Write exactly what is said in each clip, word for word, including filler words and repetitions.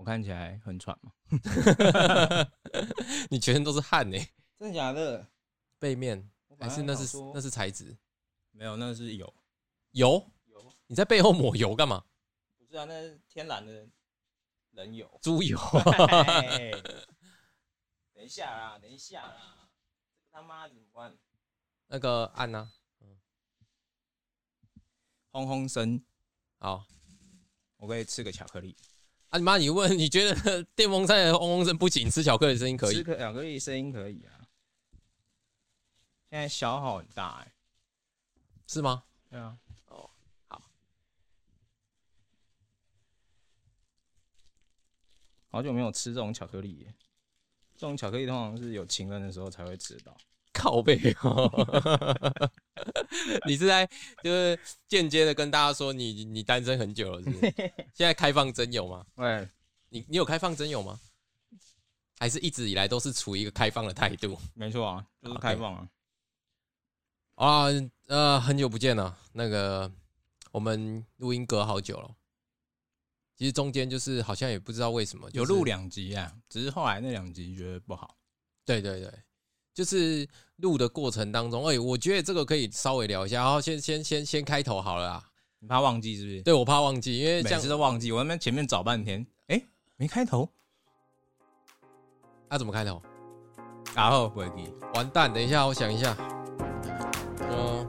看起来很喘吗？ 你全身都是汗呢、欸， 真的假的？ 背面还是那是那是材质？ 没有，那是油。 油？油？你在背后抹油干嘛？ 不是啊，那是天然的人油。 猪油。 等一下啦，等一下啦，他妈怎么办？ 那个按啊， 嗯，轰轰声。 好， 我可以吃个巧克力。 啊你妈！你问你觉得电风扇的轰轰声不行，吃巧克力的声音可以？ 吃个巧克力声音可以啊。现在消耗很大哎、欸， 是吗？ 对啊。 哦，好。 好久没有吃这种巧克力耶，这种巧克力通常是有情人的时候才会吃到。 靠背哦，你是在就是间接的跟大家说你你单身很久了是不是？现在开放真友吗？ 对， 你你有开放真友吗？还是一直以来都是处于一个开放的态度？ 没错啊，就是开放啊。 啊、okay. 呃，很久不见了，那个我们录音隔好久了。其实中间就是好像也不知道为什么、就是、 有录两集啊，只是后来那两集觉得不好。 对对对。就是录的过程当中，哎、欸，我觉得这个可以稍微聊一下。然后先先先先开头好了啦。 你怕忘记是不是？ 对，我怕忘记，因为这样每次都忘记。我那边前面找半天，哎、欸，没开头。 啊，怎么开头？ 然后不会记。 完蛋，等一下，我想一下。嗯。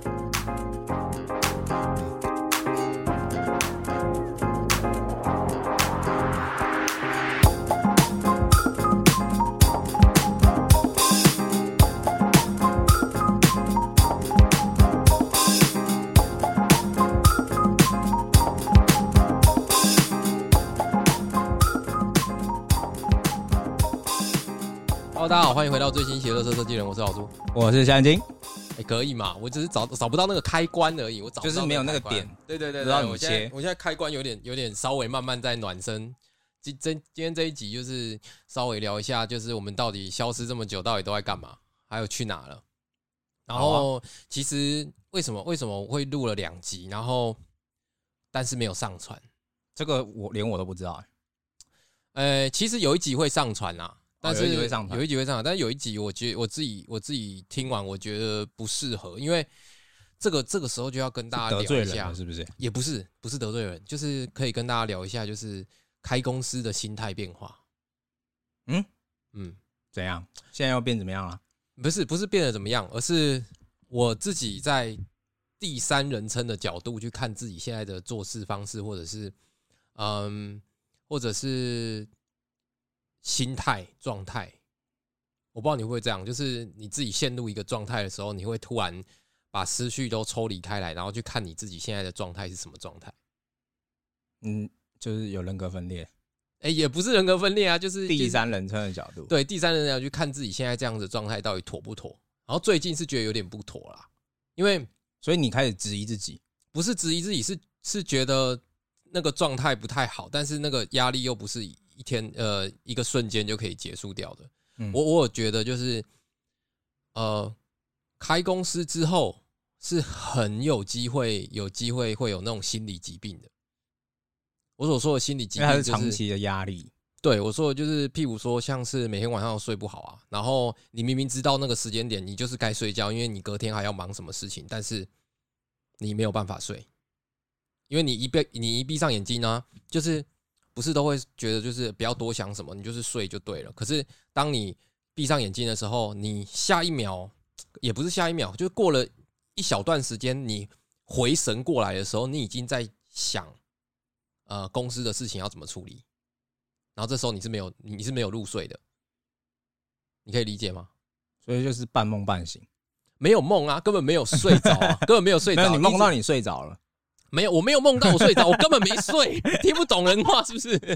大家好，欢迎回到最新邪乐色设计人，我是老朱， 我是香精。 哎、欸，可以嘛？我只是找找不到那个开关而已，我找不到就是没有那个点。 对对对对，我现在我现在开关有点有点稍微慢慢在暖身。今今今天这一集就是稍微聊一下，就是我们到底消失这么久，到底都在干嘛，还有去哪了。然后、啊、其实为什么为什么我会录了两集，然后但是没有上传？ 这个我连我都不知道、欸。 呃，其实有一集会上传啦。但是有一集会上传， 有一集会上传，但是有一集我觉得我自己我自己听完，我觉得不适合，因为这个这个时候就要跟大家聊一下， 是不是？ 也不是不是得罪人，就是可以跟大家聊一下，就是开公司的心态变化。 嗯嗯， 怎样？现在要变怎么样了？ 不是不是变得怎么样，而是我自己在第三人称的角度去看自己现在的做事方式，或者是嗯，或者是。心态状态，我不知道你会不会这样，就是你自己陷入一个状态的时候，你会突然把思绪都抽离开来，然后去看你自己现在的状态是什么状态。 嗯，就是有人格分裂。 哎、欸，也不是人格分裂啊，就是第三人称的角度。 对，第三人称去看自己现在这样子的状态到底妥不妥。然后最近是觉得有点不妥啦，因为所以你开始质疑自己， 不是质疑自己，是是觉得那个状态不太好，但是那个压力又不是一天呃一个瞬间就可以结束掉的。嗯、我我有觉得就是呃开公司之后是很有机会有机会会有那种心理疾病的。我所说的心理疾病、就是， 因为它是长期的压力。 对，我说的就是譬如说像是每天晚上都睡不好啊，然后你明明知道那个时间点你就是该睡觉，因为你隔天还要忙什么事情，但是你没有办法睡，因为你一闭你一闭上眼睛呢、啊，就是不是都会觉得就是不要多想什么，你就是睡就对了。可是当你闭上眼睛的时候，你下一秒也不是下一秒，就是过了一小段时间，你回神过来的时候，你已经在想，呃，公司的事情要怎么处理。然后这时候你是没有你是没有入睡的，你可以理解吗？ 所以就是半梦半醒， 没有梦啊，根本没有睡着啊，根本没有睡着。 你梦到你睡着了？ 没有，我没有梦到我睡着，我根本没睡，听不懂人话是不是？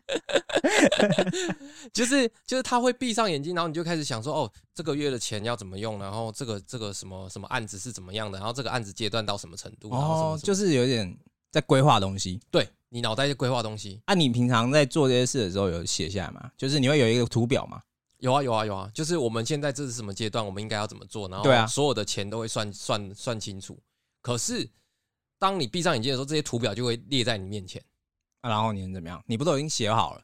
就是就是他会闭上眼睛，然后你就开始想说，哦，这个月的錢要怎么用，然后这个这个什么什么案子是怎么样的，然后这个案子阶段到什么程度，然后什么什么哦，就是有点在规划东西。 对，你脑袋在规划东西。 啊，你平常在做这些事的时候有写下来吗？就是你会有一个图表吗？ 有啊有啊有啊，就是我们现在这是什么阶段，我们应该要怎么做，然后所有的钱都会算算算清楚。可是当你闭上眼睛的时候，这些图表就会列在你面前。 啊，然后你能怎么样？你不都已经写好了？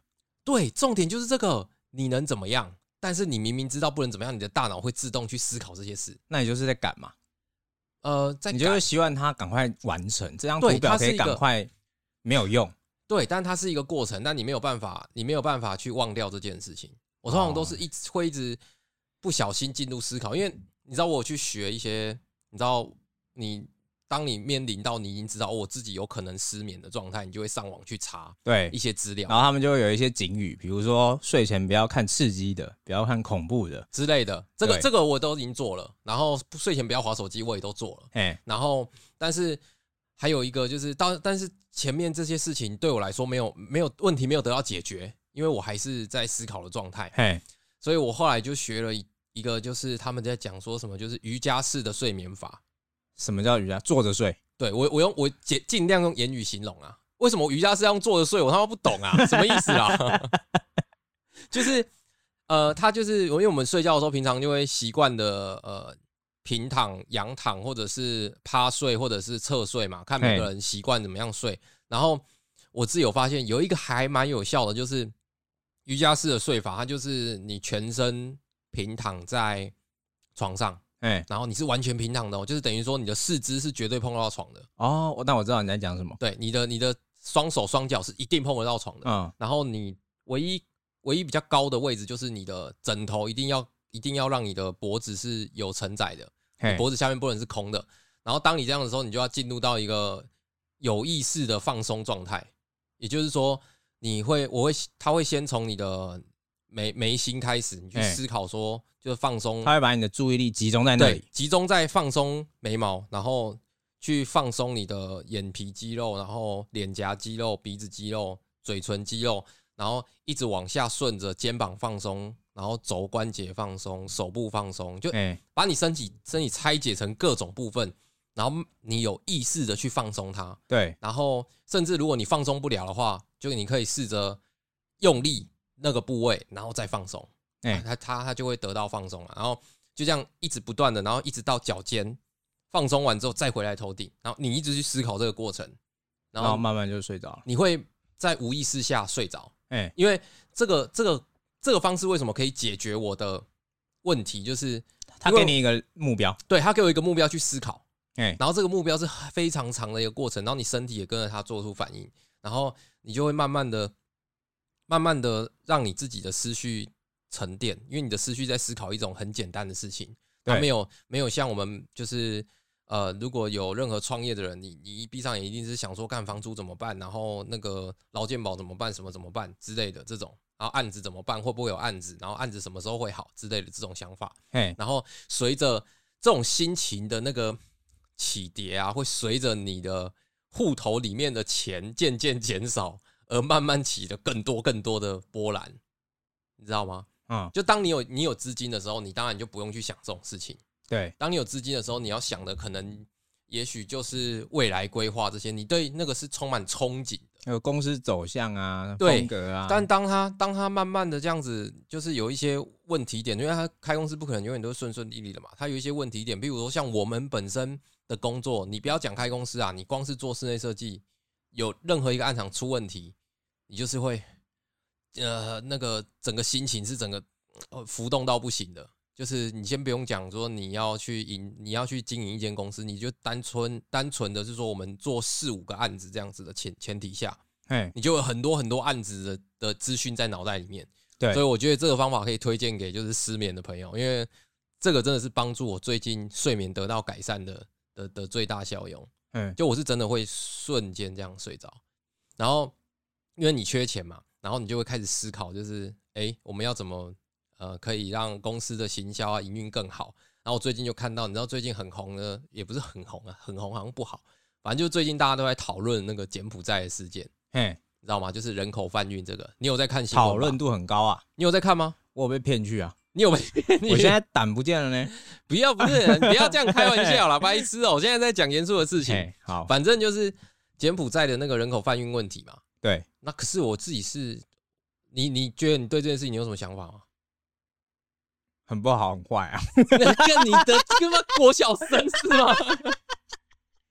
对，重点就是这个，你能怎么样？但是你明明知道不能怎么样，你的大脑会自动去思考这些事。 那你就是在赶嘛？ 呃，在你就会希望它赶快完成，这张图对， 表可以赶快没有用。 对，但它是一个过程，但你没有办法，你没有办法去忘掉这件事情。我通常都是一直会一直不小心进入思考，因为你知道我有去学一些，你知道你当你面临到你已经知道、哦、我自己有可能失眠的状态，你就会上网去查对一些资料， 然后他们就会有一些警语，比如说睡前不要看刺激的，不要看恐怖的之类的。这个这个我都已经做了，然后睡前不要滑手机，我也都做了。 嘿然后但是还有一个就是，到但是前面这些事情对我来说没有没有问题，没有得到解决，因为我还是在思考的状态。 嘿， 所以我后来就学了一个，就是他们在讲说什么，就是瑜伽式的睡眠法。 什么叫瑜伽？坐着睡。 对，我我用我尽量用言语形容啊。为什么瑜伽是要用坐着睡？我他妈不懂啊，什么意思啊？就是呃，他就是因为我们睡觉的时候，平常就会习惯的呃平躺、仰躺，或者是趴睡，或者是侧睡嘛，看每个人习惯怎么样睡。然后我自己有发现有一个还蛮有效的，就是瑜伽式的睡法，它就是你全身平躺在床上。 欸、 然后你是完全平躺的、哦，就是等于说你的四肢是绝对碰到床的。 哦，那我知道你在讲什么。 对，你的你的双手双脚是一定碰得到床的。嗯，然后你唯一唯一比较高的位置就是你的枕头一定要一定要让你的脖子是有承载的，你脖子下面不能是空的。然后当你这样的时候，你就要进入到一个有意识的放松状态，也就是说，你会我会他会先从你的眉眉心开始，你去思考说。就放松， 他会把你的注意力集中在那里， 集中在放松眉毛，然后去放松你的眼皮肌肉，然后脸颊肌肉、鼻子肌肉、嘴唇肌肉，然后一直往下顺着肩膀放松，然后肘关节放松，手部放松，就把你身体身体拆解成各种部分，然后你有意识的去放松它。 对， 然后甚至如果你放松不了的话，就你可以试着用力那个部位，然后再放松。欸、他他他就会得到放松了，然后就这样一直不断的，然后一直到脚尖放松完之后再回来头顶，然后你一直去思考这个过程， 然后, 然后慢慢就睡着了。 你会在无意识下睡着， 欸、 因为这个这个这个方式为什么可以解决我的问题，就是他给你一个目标， 对他给我一个目标去思考， 欸、 然后这个目标是非常长的一个过程，然后你身体也跟着他做出反应，然后你就会慢慢的慢慢的让你自己的思绪沉淀，因为你的思绪在思考一种很简单的事情，它没有没有像我们就是呃，如果有任何创业的人，你你一闭上眼一定是想说干房租怎么办，然后那个劳健保怎么办，什么怎么办之类的这种，然后案子怎么办，会不会有案子，然后案子什么时候会好之类的这种想法，然后随着这种心情的那个起跌啊，会随着你的户头里面的钱渐渐减少，而慢慢起的更多更多的波澜，你知道吗？嗯，就当你有你有资金的时候，你当然就不用去想这种事情。 对， 当你有资金的时候，你要想的可能也许就是未来规划这些，你对那个是充满憧憬的， 有公司走向啊，风格啊。 但当他当他慢慢的这样子，就是有一些问题点，因为他开公司不可能永远都顺顺利利的嘛，他有一些问题点，比如说像我们本身的工作，你不要讲开公司啊，你光是做室内设计，有任何一个案场出问题，你就是会。呃，那个整个心情是整个浮动到不行的，就是你先不用讲说你要去营，你要去经营一间公司，你就单纯单纯的是说我们做四五个案子这样子的前前提下，你就有很多很多案子的的资讯在脑袋里面。对，所以我觉得这个方法可以推荐给就是失眠的朋友，因为这个真的是帮助我最近睡眠得到改善的的的最大效用。嗯，就我是真的会瞬间这样睡着，然后因为你缺钱嘛。然后你就会开始思考，就是哎、欸，我们要怎么呃可以让公司的行销啊营运更好？然后我最近就看到，你知道最近很红的，也不是很红啊，很红好像不好，反正就最近大家都在讨论那个柬埔寨的事件，嘿，你知道吗？就是人口贩运这个，你有在看新闻吗？ 讨论度很高啊， 你有在看吗？ 我有被骗去啊， 你有被？ 我现在胆不见了呢。 不要，不是，不要这样开玩笑啦，白痴哦、喔！我现在在讲严肃的事情。 好， 反正就是柬埔寨的那个人口贩运问题嘛。 对， 那可是我自己是，你你觉得你对这件事情你有什么想法吗？ 很不好，很坏啊！ 跟你的跟妈国小生是吗？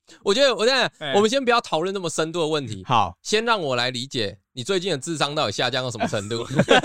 我觉得我现在、 欸、 我们先不要讨论那么深度的问题， 好， 先让我来理解你最近的智商到底下降到什么程度。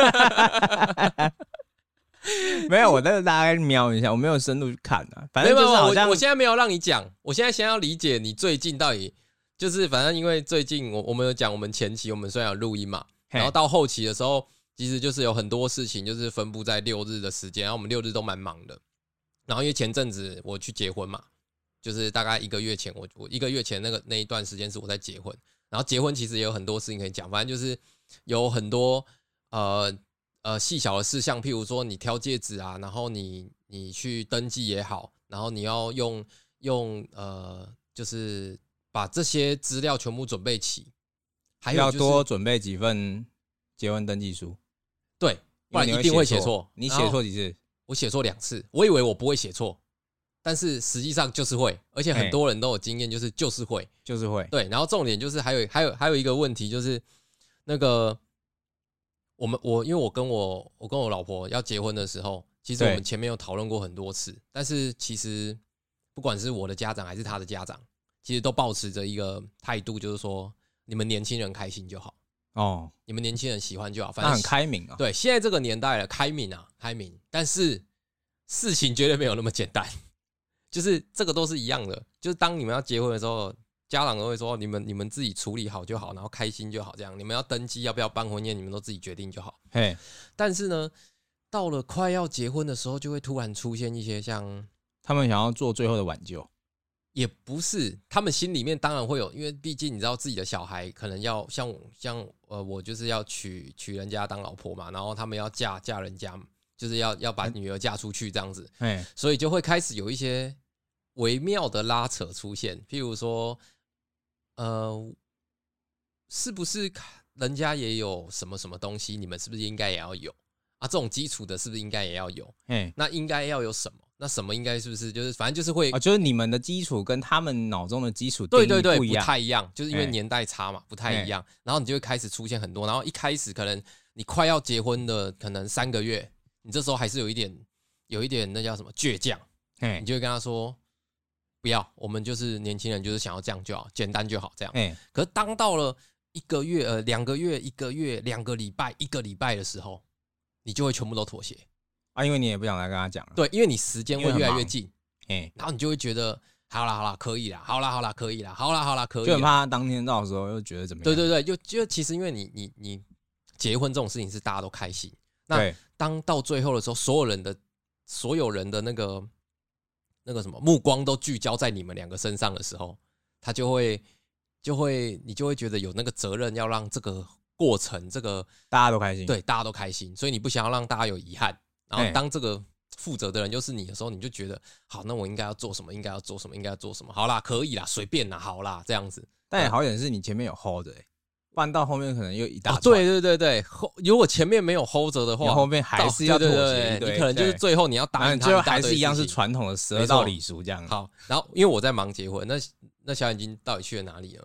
没有，我那个大概瞄一下，我没有深度去看啊。反正就是好像我, 我现在没有让你讲，我现在先要理解你最近到底就是反正因为最近我我们有讲我们前期我们虽然有录音嘛，然后到后期的时候，其实就是有很多事情就是分布在六日的时间，然后我们六日都蛮忙的。然后因为前阵子我去结婚嘛，就是大概一个月前，我我一个月前那个那一段时间是我在结婚，然后结婚其实也有很多事情可以讲，反正就是有很多呃。呃，细小的事项，譬如说你挑戒指啊，然后你你去登记也好，然后你要用用呃，就是把这些资料全部准备齐，还有、就是、 要多准备几份结婚登记书， 对，不然一定会写错。 你写错几次？ 我写错两次，我以为我不会写错，但是实际上就是会，而且很多人都有经验，就是就是会， 就是会。 对，然后重点就是还有还有还有一个问题就是那个。我们我因为我跟我我跟我老婆要结婚的时候，其实我们前面有讨论过很多次，但是其实不管是我的家长还是他的家长，其实都抱持着一个态度，就是说你们年轻人开心就好哦，你们年轻人喜欢就好，反正很开明啊。 对，现在这个年代了，开明啊，开明，但是事情绝对没有那么简单，就是这个都是一样的，就是当你们要结婚的时候。家长都会说：“你们你们自己处理好就好，然后开心就好，这样你们要登记要不要办婚宴，你们都自己决定就好。”嘿，但是呢，到了快要结婚的时候，就会突然出现一些像他们想要做最后的挽救， 也不是他们心里面当然会有，因为毕竟你知道自己的小孩可能要像像呃我就是要娶娶人家当老婆嘛，然后他们要嫁嫁人家，就是要要把女儿嫁出去这样子，所以就会开始有一些微妙的拉扯出现，譬如说。呃，是不是人家也有什么什么东西？你们是不是应该也要有啊？这种基础的，是不是应该也要有？那应该要有什么？那什么应该是不是就是反正就是会啊，就是你们的基础跟他们脑中的基础对对对不一样， 不太一样，就是因为年代差嘛，不太一样。然后你就会开始出现很多，然后一开始可能你快要结婚的，可能三个月，你这时候还是有一点有一点那叫什么倔强，你就会跟他说。不要，我们就是年轻人，就是想要这样就好，简单就好，这样。欸、可是当到了一个月、呃两个月、一个月、两个礼拜、一个礼拜的时候，你就会全部都妥协啊，因为你也不想来跟他讲了。 对，因为你时间会越来越近，欸、然后你就会觉得，好啦好啦，可以啦，好啦好啦，可以啦，好啦好啦，可以啦。 就很怕他当天到的时候又觉得怎么样？ 对对对，就就其实因为你你你结婚这种事情是大家都开心，那当到最后的时候，所有人的所有人的那个。那个什么目光都聚焦在你们两个身上的时候，他就会就会你就会觉得有那个责任要让这个过程这个大家都开心， 对，大家都开心，所以你不想要让大家有遗憾。然后当这个负责的人又是你的时候，你就觉得好，那我应该要做什么？应该要做什么？应该要做什么？好啦，可以啦，随便啦，好啦，这样子。 但也好点是你前面有 hold 着、欸，不然到后面可能又一大、 哦。对对对对，如果前面没有 hold 着的话， 后面还是要妥协。 你可能就是最后你要答应他， 最后还是一样是传统的十二道礼俗这样。 好，然后因为我在忙结婚，那那小眼睛到底去了哪里呢？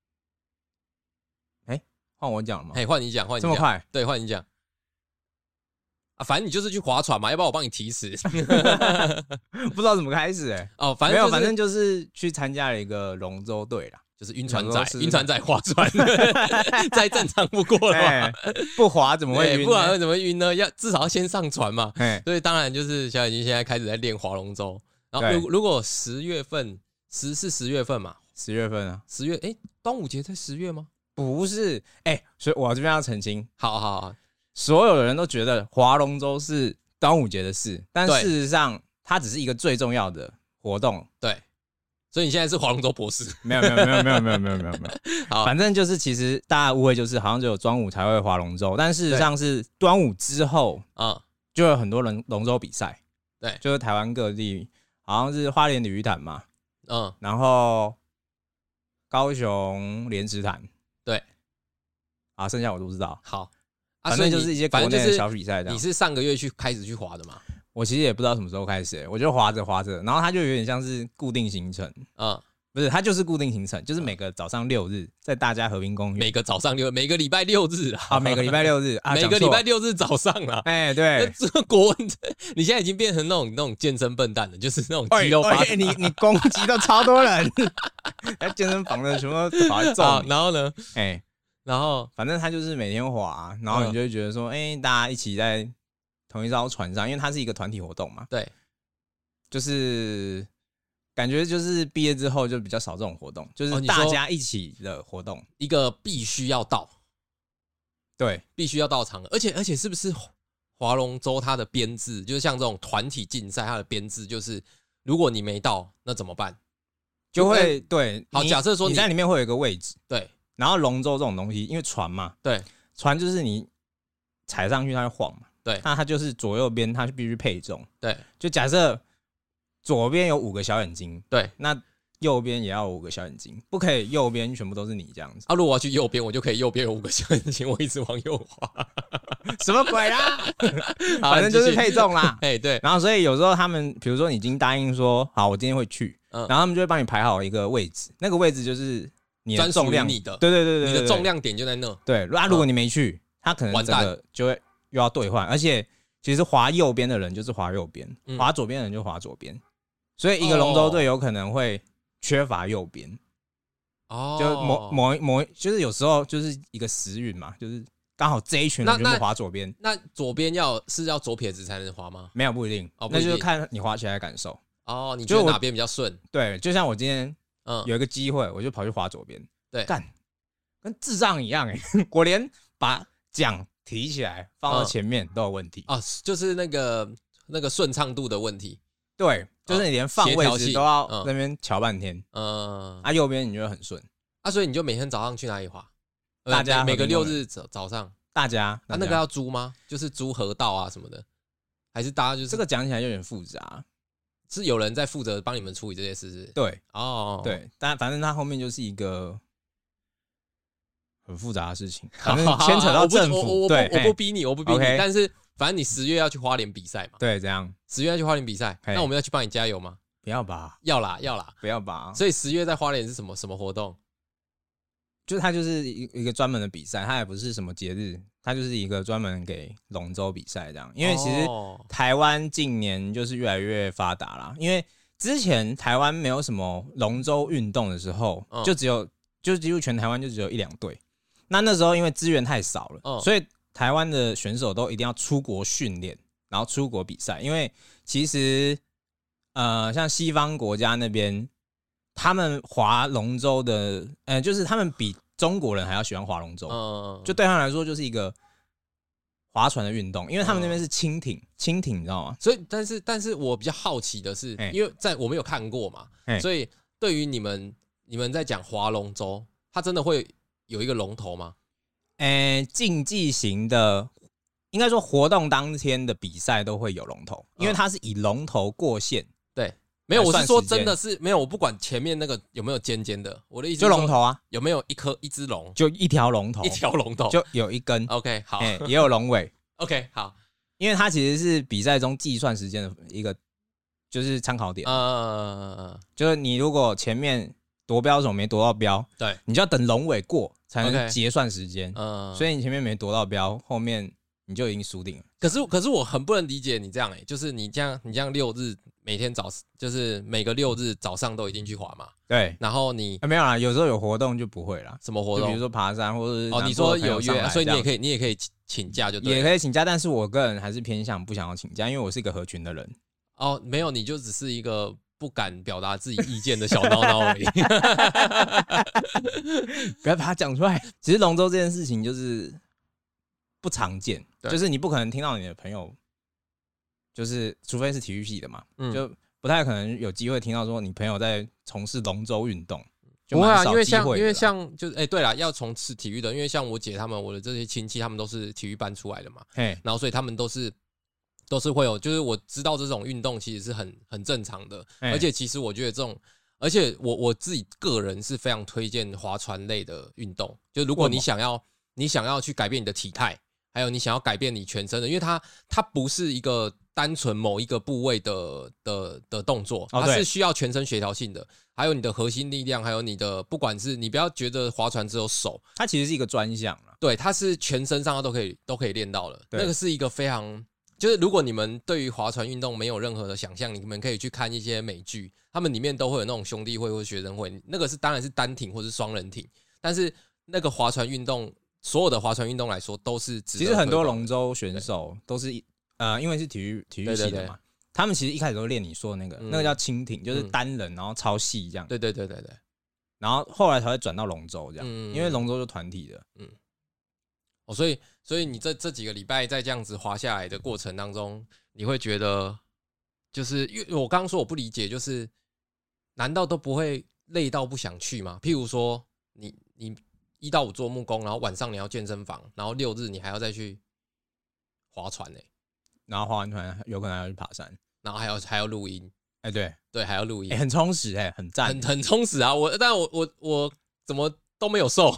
哎、欸，换我讲吗？ 哎，换你讲，换你讲， 这么快？ 对，换你讲。啊，反正你就是去划船嘛，要不然我帮你提示。 不知道怎么开始哎、欸。 哦，反正、 就是、没有，反正就是去参加了一个龙舟队啦。 就是晕船仔，晕船仔划船，再正常不过了嘛。 不划怎么会晕？ 不划怎么晕呢？要至少要先上船嘛。所以当然就是小眼睛现在开始在练划龙舟。然后如如果十月份，十是十月份嘛？ 十月份啊， 十月哎，端午节在十月吗？ 不是，哎、欸，所以我这边要澄清。 好好好， 所有的人都觉得划龙舟是端午节的事，但事实上它只是一个最重要的活动。 对。所以你现在是划龙舟博士？ 没有没有没有没有没有没有没有没有。好，反正就是其实大家误会就是好像只有端午才会划龙舟，但事实上是端午之后啊，就有很多人龙舟比赛。 对， 就是台湾各地好像是花莲鲤鱼潭嘛， 嗯， 然后高雄莲池潭， 对， 啊，剩下我都不知道。 好， 反正就是一些国内的小比赛。 你是上个月去开始去划的吗？ 我其实也不知道什么时候开始、欸，我就滑着滑着，然后它就有点像是固定行程，嗯， 不是，它就是固定行程，就是每个早上六日在大家和平公园。 每个早上六，每个礼拜六日啊， 啊，每个礼拜六日啊， 每个礼拜六日早上啦。 哎，对， 这个国文，你现在已经变成那种那种健身笨蛋了，就是那种肌肉发。 你你攻击到超多人，在健身房的全部都跑来揍你。 然后呢？ 哎， 然后反正他就是每天滑，然后你就会觉得说，哎，大家一起在同一艘船上，因为它是一个团体活动嘛。 对， 就是。感觉就是毕业之后就比较少这种活动，就是大家一起的活动， 一个必须要到， 对， 必须要到场，而且而且是不是划龙舟它的编制，就是像这种团体竞赛，它的编制就是，如果你没到，那怎么办？ 就会对， 好，假设说你, 你在里面会有一个位置， 对， 然后龙舟这种东西，因为船嘛，对，船就是你踩上去它会晃嘛， 对， 那它就是左右边它必须配重， 对， 就假设。左边有五个小眼睛， 对， 那右边也要有五个小眼睛，不可以右边全部都是你这样子。 啊，如果我要去右边，我就可以右边有五个小眼睛，我一直往右滑， 什么鬼啦？反正就是配重啦。 哎，对。 然后所以有时候他们，比如说你已经答应说好，我今天会去，嗯、然后他们就会帮你排好一个位置，那个位置就是你的重量， 你的， 对对对 对, 对, 对， 你的重量点就在那。 对，那、啊、如果你没去，他可能整个就会又要兑换，而且其实滑右边的人就是滑右边，滑左边的人就滑左边。所以一个龙舟队有可能会缺乏右边，哦，就某某某，就是有时候就是一个时运嘛，就是刚好这一群人全部滑左边。 那左边要是要左撇子才能滑吗？ 没有，不一定，哦、不一定，那就是看你滑起来的感受。 哦，你觉得哪边比较顺？ 对，就像我今天有一个机会，我就跑去滑左边， 对， 干，跟智障一样哎、欸，我连把奖提起来放到前面都有问题啊、哦，就是那个那个顺畅度的问题。 对，就是你连放位置都要那边瞧半天， 嗯， 啊，右边你就会很顺， 啊，所以你就每天早上去哪里滑？ 大家每个六日早早上， 大家， 啊，那个要租吗？就是租河道啊什么的，还是大家就是这个讲起来有点复杂， 是有人在负责帮你们处理这些事是？ 对， 哦， 对，但反正它后面就是一个很复杂的事情，反正牵扯到政府，对， 我不逼你，我不逼你，但是。反正你十月要去花莲比赛嘛， 对，这样十月要去花莲比赛，那我们要去帮你加油吗？ 不要吧， 要啦，要啦， 不要吧。 所以十月在花莲是什么什么活动？ 就是它就是一个专门的比赛，它也不是什么节日，它就是一个专门给龙舟比赛这样。因为其实台湾近年就是越来越发达啦，因为之前台湾没有什么龙舟运动的时候，嗯、就只有就几乎全台湾就只有一两队。那那时候因为资源太少了，嗯、所以台湾的选手都一定要出国训练，然后出国比赛，因为其实呃，像西方国家那边，他们划龙舟的，呃，就是他们比中国人还要喜欢划龙舟，嗯，就对他们来说就是一个划船的运动，因为他们那边是轻艇，轻艇你知道吗？ 所以，但是，但是我比较好奇的是，因为在我没有看过嘛，所以对于你们你们在讲划龙舟，它真的会有一个龙头吗？ 诶，竞技型的，应该说活动当天的比赛都会有龙头，因为它是以龙头过线。 对，没有，我是说真的是没有，我不管前面那个有没有尖尖的，我的意思就龙头啊， 有没有一颗一只龙， 就一条龙头， 一条龙头就有一根。 OK， 好， 欸、也有龙尾。 OK， 好， 因为它其实是比赛中计算时间的一个就是参考点。呃，就是你如果前面夺标手没夺到标， 对， 你就要等龙尾过才能结算时间。嗯，所以你前面没夺到标，后面你就已经输定了。 可是，可是我很不能理解你这样哎、欸，就是你这样，你这样六日每天早，就是每个六日早上都一定去滑嘛？ 对。 然后你、 啊、没有啦，有时候有活动就不会啦。 什么活动？ 比如说爬山，或者是哦，你说有约，所以你也可以，你也可以请假就对了， 也可以请假，但是我个人还是偏向不想要请假，因为我是一个合群的人。 哦，没有，你就只是一个不敢表达自己意见的小孬孬而已。 不要把它讲出来。其实龙舟这件事情就是不常见，就是你不可能听到你的朋友，就是除非是体育系的嘛，嗯、就不太可能有机会听到说你朋友在从事龙舟运动。 不会啊，因为像因为像就是哎、欸，对啦，要从事体育的，因为像我姐他们，我的这些亲戚，他们都是体育班出来的嘛，然后所以他们都是都是会有，就是我知道这种运动其实是很很正常的，而且其实我觉得这种，而且我我自己个人是非常推荐划船类的运动，就如果你想要你想要去改变你的体态， 还有你想要改变你全身的，因为它它不是一个单纯某一个部位的的的动作，它是需要全身协调性的，还有你的核心力量，还有你的不管是你不要觉得划船只有手， 它其实是一个专项啦， 对，它是全身上下都可以都可以练到的，那个是一个非常。就是如果你们对于划船运动没有任何的想象，你们可以去看一些美剧，他们里面都会有那种兄弟会或学生会，那个是当然是单艇或是双人艇，但是那个划船运动，所有的划船运动来说都是值得推广的。 其实很多龙舟选手都是呃，因为是体育体育系的嘛，对对对，他们其实一开始都练你说的那个，嗯、那个叫轻艇，就是单人然后超细这样。 对对对对对。 然后后来才会转到龙舟这样，嗯、因为龙舟就团体的，嗯。 哦，所以所以你这这几个礼拜在这样子滑下来的过程当中，你会觉得，就是因为我刚刚说我不理解，就是难道都不会累到不想去吗？譬如说，你你一到五做木工，然后晚上你要健身房，然后六日你还要再去划船呢、欸， 然后划完船有可能还要去爬山， 然后还要还要录音， 哎、欸，对对，还要录音， 欸、很充实哎、欸，很赞， 很很充实啊！我但我我我怎么？都没有瘦，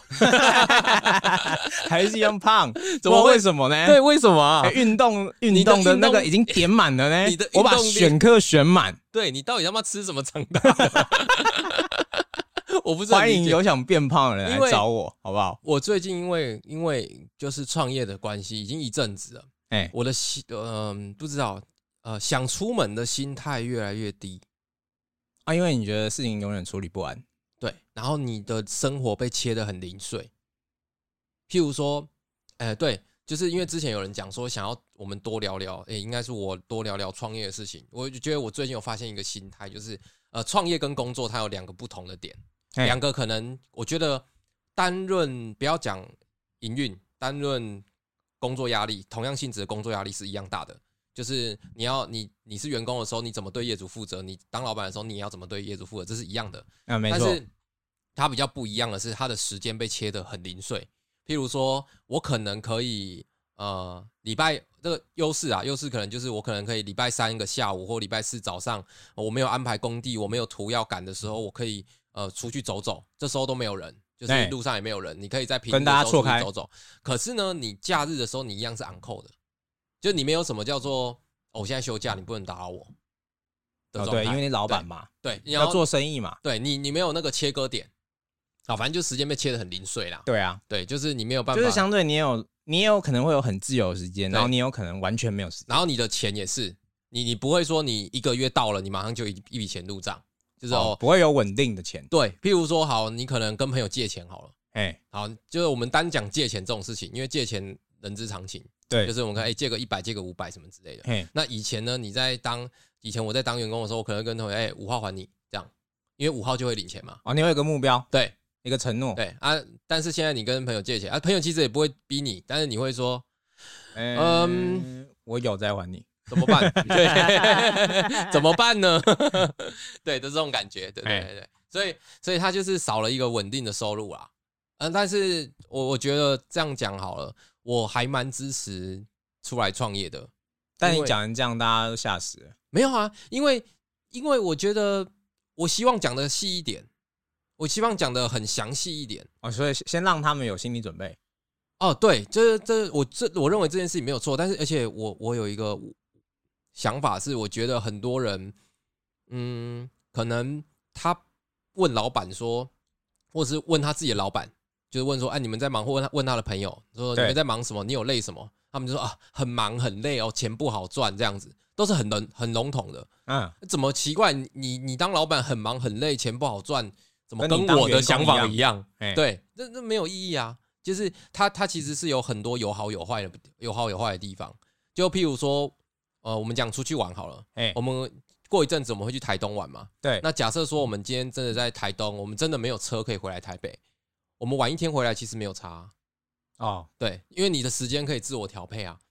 还是一样胖， 怎么为什么呢？ 对，为什么啊？ 运、欸、动运动的那个已经点满了呢。 你的我把选课选满。 对，你到底他妈吃什么长大的？我不知道。 欢迎有想变胖的人来找我，好不好？ 我最近因为因为就是创业的关系，已经一阵子了。哎、欸，我的心呃不知道呃想出门的心态越来越低啊，因为你觉得事情永远处理不完。 对，然后你的生活被切得很零碎，譬如说，呃，对，就是因为之前有人讲说想要我们多聊聊，诶，应该是我多聊聊创业的事情。我就觉得我最近有发现一个心态，就是呃，创业跟工作它有两个不同的点，两个可能我觉得单论不要讲营运，单论工作压力，同样性质的工作压力是一样大的。就是你要你你是员工的时候，你怎么对业主负责？你当老板的时候，你也要怎么对业主负责？这是一样的。 啊，没错。 但是它比较不一样的是，它的时间被切得很零碎。譬如说，我可能可以呃礼拜这个优势啊，优势可能就是我可能可以礼拜三个下午或礼拜四早上，我没有安排工地，我没有图要赶的时候，我可以呃出去走走，这时候都没有人。就是路上也没有人，你可以在平日的时候出去走走。可是呢，你假日的时候，你一样是 on call 的。就你没有什么叫做哦，我现在休假，你不能打扰我的状态、哦。 对，因为你老板嘛， 对， 你要做生意嘛， 对你你没有那个切割点啊、哦，反正就时间被切得很零碎啦。 对啊， 对，就是你没有办法， 就是相对你也有你也有可能会有很自由的时间，然后你有可能完全没有时间， 然后你的钱也是，你你不会说你一个月到了，你马上就一一笔钱入账，就是哦， 不会有稳定的钱。 对，譬如说好，你可能跟朋友借钱好了， 哎， 好，就是我们单讲借钱这种事情，因为借钱人之常情。 对， 就是我们看，哎、欸，借个一百，借个五百什么之类的。那以前呢，你在当以前我在当员工的时候，我可能跟同学，哎、欸，五号还你这样，因为五号就会领钱嘛。 哦，你会有个目标， 对， 一个承诺， 对啊。但是现在你跟朋友借钱啊，朋友其实也不会逼你，但是你会说， 欸、嗯，我有在还你， 怎么办？对，怎么办呢？对的，这种感觉，对对对对。所以，所以他就是少了一个稳定的收入啦。嗯，但是我我觉得这样讲好了。我还蛮支持出来创业的， 但你讲成这样，大家都吓死了。 没有啊，因为因为我觉得我希望讲的细一点，我希望讲的很详细一点哦，所以先让他们有心理准备。 哦，对，这这我这我认为这件事情没有错，但是而且我我有一个想法是，我觉得很多人，嗯，可能他问老板说，或者是问他自己的老板。就是问说，哎、啊，你们在忙？或问他问他的朋友说，你们在忙什么？你有累什么？他们就说啊，很忙很累哦，钱不好赚，这样子都是很笼很笼统的。嗯，怎么奇怪？你你当老板很忙很累，钱不好赚，怎么跟我的想法一样？对，这这没有意义啊。就是他他其实是有很多有好有坏的，有好有坏的地方。就譬如说，呃，我们讲出去玩好了，我们过一阵子我们会去台东玩嘛。 对， 那假设说我们今天真的在台东，我们真的没有车可以回来台北。我们晚一天回来其实没有差、啊、哦，对，因为你的时间可以自我调配啊，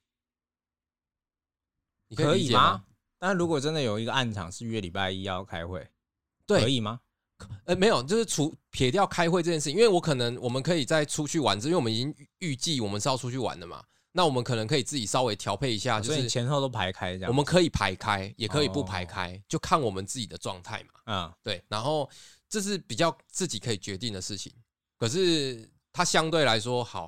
你可以理解吗？ 吗？但如果真的有一个暗场是约礼拜一要开会， 对， 可以吗？ 呃，没有，就是除撇掉开会这件事情，因为我可能我们可以再出去玩，因为我们已经预计我们是要出去玩的嘛，那我们可能可以自己稍微调配一下，就是前后都排开这样， 我们可以排开，也可以不排开，哦、就看我们自己的状态嘛。嗯，对，然后这是比较自己可以决定的事情。可是它相对来说好，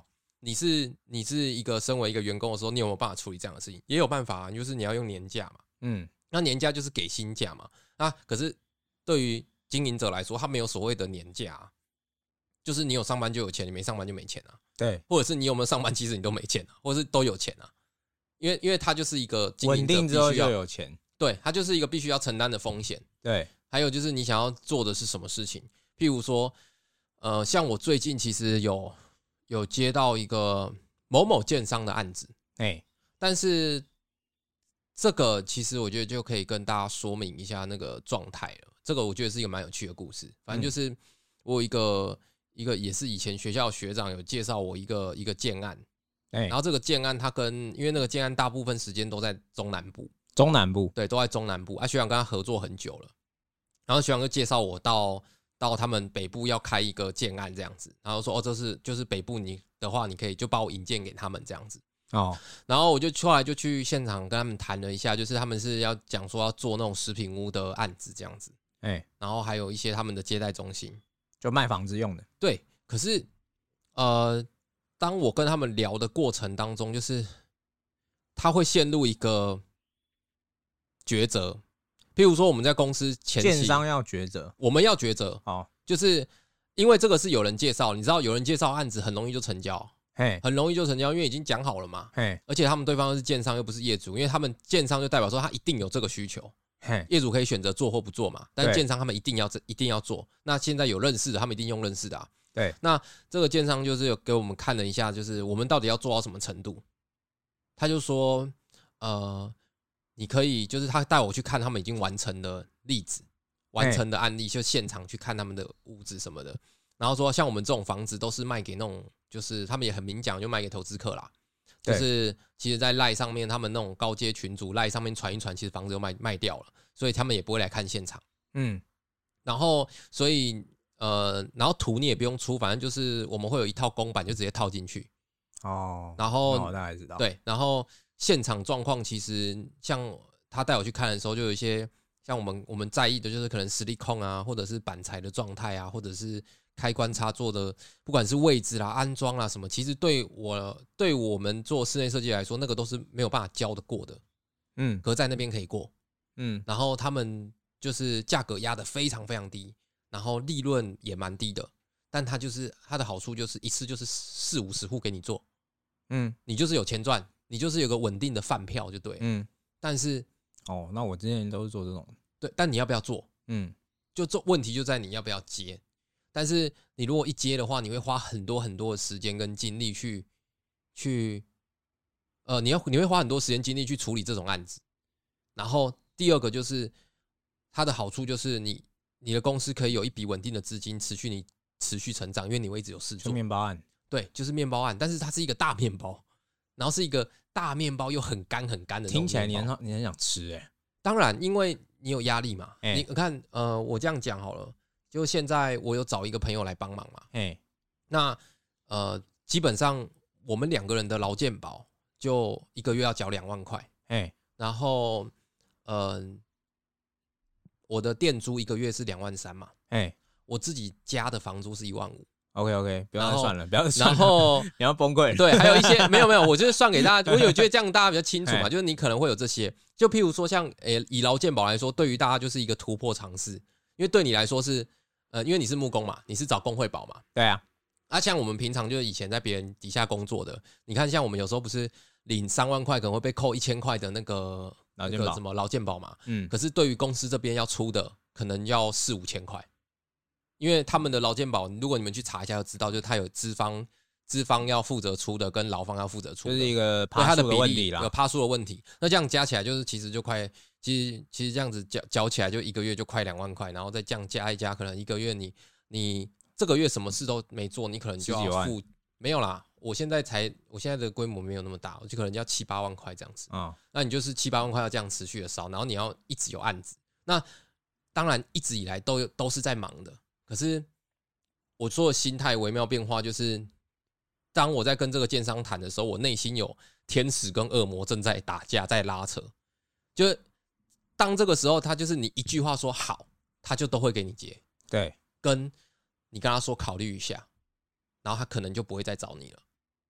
你是你是一个身为一个员工的时候，你有没有办法处理这样的事情？也有办法啊，就是你要用年假嘛，嗯，那年假就是给薪假嘛，那可是对于经营者来说，他没有所谓的年假、啊，就是你有上班就有钱，你没上班就没钱啊， 对， 或者是你有没有上班，其实你都没钱啊，或者是都有钱啊，因为因为它就是一个稳定之后就有钱， 对，它就是一个必须要承担的风险， 对， 还有就是你想要做的是什么事情，譬如说，呃，像我最近其实有有接到一个某某建商的案子，哎，但是这个其实我觉得就可以跟大家说明一下那个状态了。这个我觉得是一个蛮有趣的故事，反正就是我有一个。一个也是以前学校学长有介绍我一个一个建案，欸、然后这个建案他跟因为那个建案大部分时间都在中南部， 中南部对，都在中南部啊。学长跟他合作很久了，然后学长就介绍我到到他们北部要开一个建案这样子，然后说哦，这是就是北部你的话，你可以就把我引荐给他们这样子哦。然后我就后来就去现场跟他们谈了一下，就是他们是要讲说要做那种食品屋的案子这样子，哎、欸，然后还有一些他们的接待中心。 就卖房子用的， 对。可是，呃，当我跟他们聊的过程当中，就是他会陷入一个抉择。譬如说，我们在公司前期， 建商要抉择， 我们要抉择。哦，就是因为这个是有人介绍，你知道，有人介绍案子很容易就成交，嘿，很容易就成交，因为已经讲好了嘛，嘿。而且他们对方是建商，又不是业主，因为他们建商就代表说他一定有这个需求。业主可以选择做或不做嘛，但建商他们一定要一定要做。那现在有认识的，他们一定用认识的啊。 对， 那这个建商就是有给我们看了一下，就是我们到底要做到什么程度。他就说，呃，你可以就是他带我去看他们已经完成的例子、完成的案例，就现场去看他们的屋子什么的。然后说，像我们这种房子都是卖给那种，就是他们也很明讲，就卖给投资客啦。就是其实，在赖上面，他们那种高阶群组赖上面传一传，其实房子就卖卖掉了，所以他们也不会来看现场。嗯，然后所以呃，然后图你也不用出，反正就是我们会有一套公版，就直接套进去。哦，然后我大概知道。 对，然后现场状况其实像他带我去看的时候，就有一些像我们我们在意的，就是可能实力控啊，或者是板材的状态啊，或者是。开关插座的，不管是位置啦、安装啦什么，其实对我对我们做室内设计来说，那个都是没有办法教得过的。嗯，可是在那边可以过。嗯，然后他们就是价格压得非常非常低，然后利润也蛮低的。但它就是它的好处就是一次就是四五十户给你做。嗯，你就是有钱赚，你就是有个稳定的饭票就对。嗯，但是哦，那我之前都是做这种。 对，但你要不要做？嗯，就做问题就在你要不要接。但是你如果一接的话，你会花很多很多的时间跟精力去去，呃，你要你会花很多时间精力去处理这种案子。然后第二个就是它的好处就是你你的公司可以有一笔稳定的资金持续你持续成长，因为你会一直有事做。 面包案， 对，就是面包案，但是它是一个大面包，然后是一个大面包又很干很干的那种面包。 听起来你很你很想吃哎、欸。 当然，因为你有压力嘛。欸、你看，呃，我这样讲好了。就现在，我有找一个朋友来帮忙嘛。嘿，那呃，基本上我们两个人的劳健保就一个月要缴两万块。嘿，然后呃，我的店租一个月是两万三嘛。嘿，我自己家的房租是一万五。 OK OK， 不要再算了，不要再算了。 然后你要崩溃了。 对，还有一些没有没有，我就是算给大家，我有觉得这样大家比较清楚嘛。就是你可能会有这些，就譬如说像诶、欸，以劳健保来说，对于大家就是一个突破尝试，因为对你来说是。呃，因为你是木工嘛，你是找工会保嘛， 对啊。 啊，像我们平常就是以前在别人底下工作的，你看像我们有时候不是领三万块，可能会被扣一千块的那个劳健保，那个什么劳健保嘛，嗯。可是对于公司这边要出的，可能要四五千块，因为他们的劳健保，如果你们去查一下就知道，就是他有资方资方要负责出的，跟劳方要负责出的， 就是一个趴数的问题啦， 有趴数的问题。那这样加起来，就是其实就快。其实其实这样子缴缴起来就一个月就快两万块，然后再这样加一加，可能一个月你你这个月什么事都没做，你可能就要付没有啦。我现在才我现在的规模没有那么大，我就可能要七八万块这样子啊、嗯。那你就是七八万块要这样持续的烧，然后你要一直有案子。那当然一直以来都都是在忙的，可是我说的心态微妙变化，就是当我在跟这个建商谈的时候，我内心有天使跟恶魔正在打架，在拉扯，就是。当这个时候，他就是你一句话说好，他就都会给你接。 对， 跟你跟他说考虑一下，然后他可能就不会再找你了。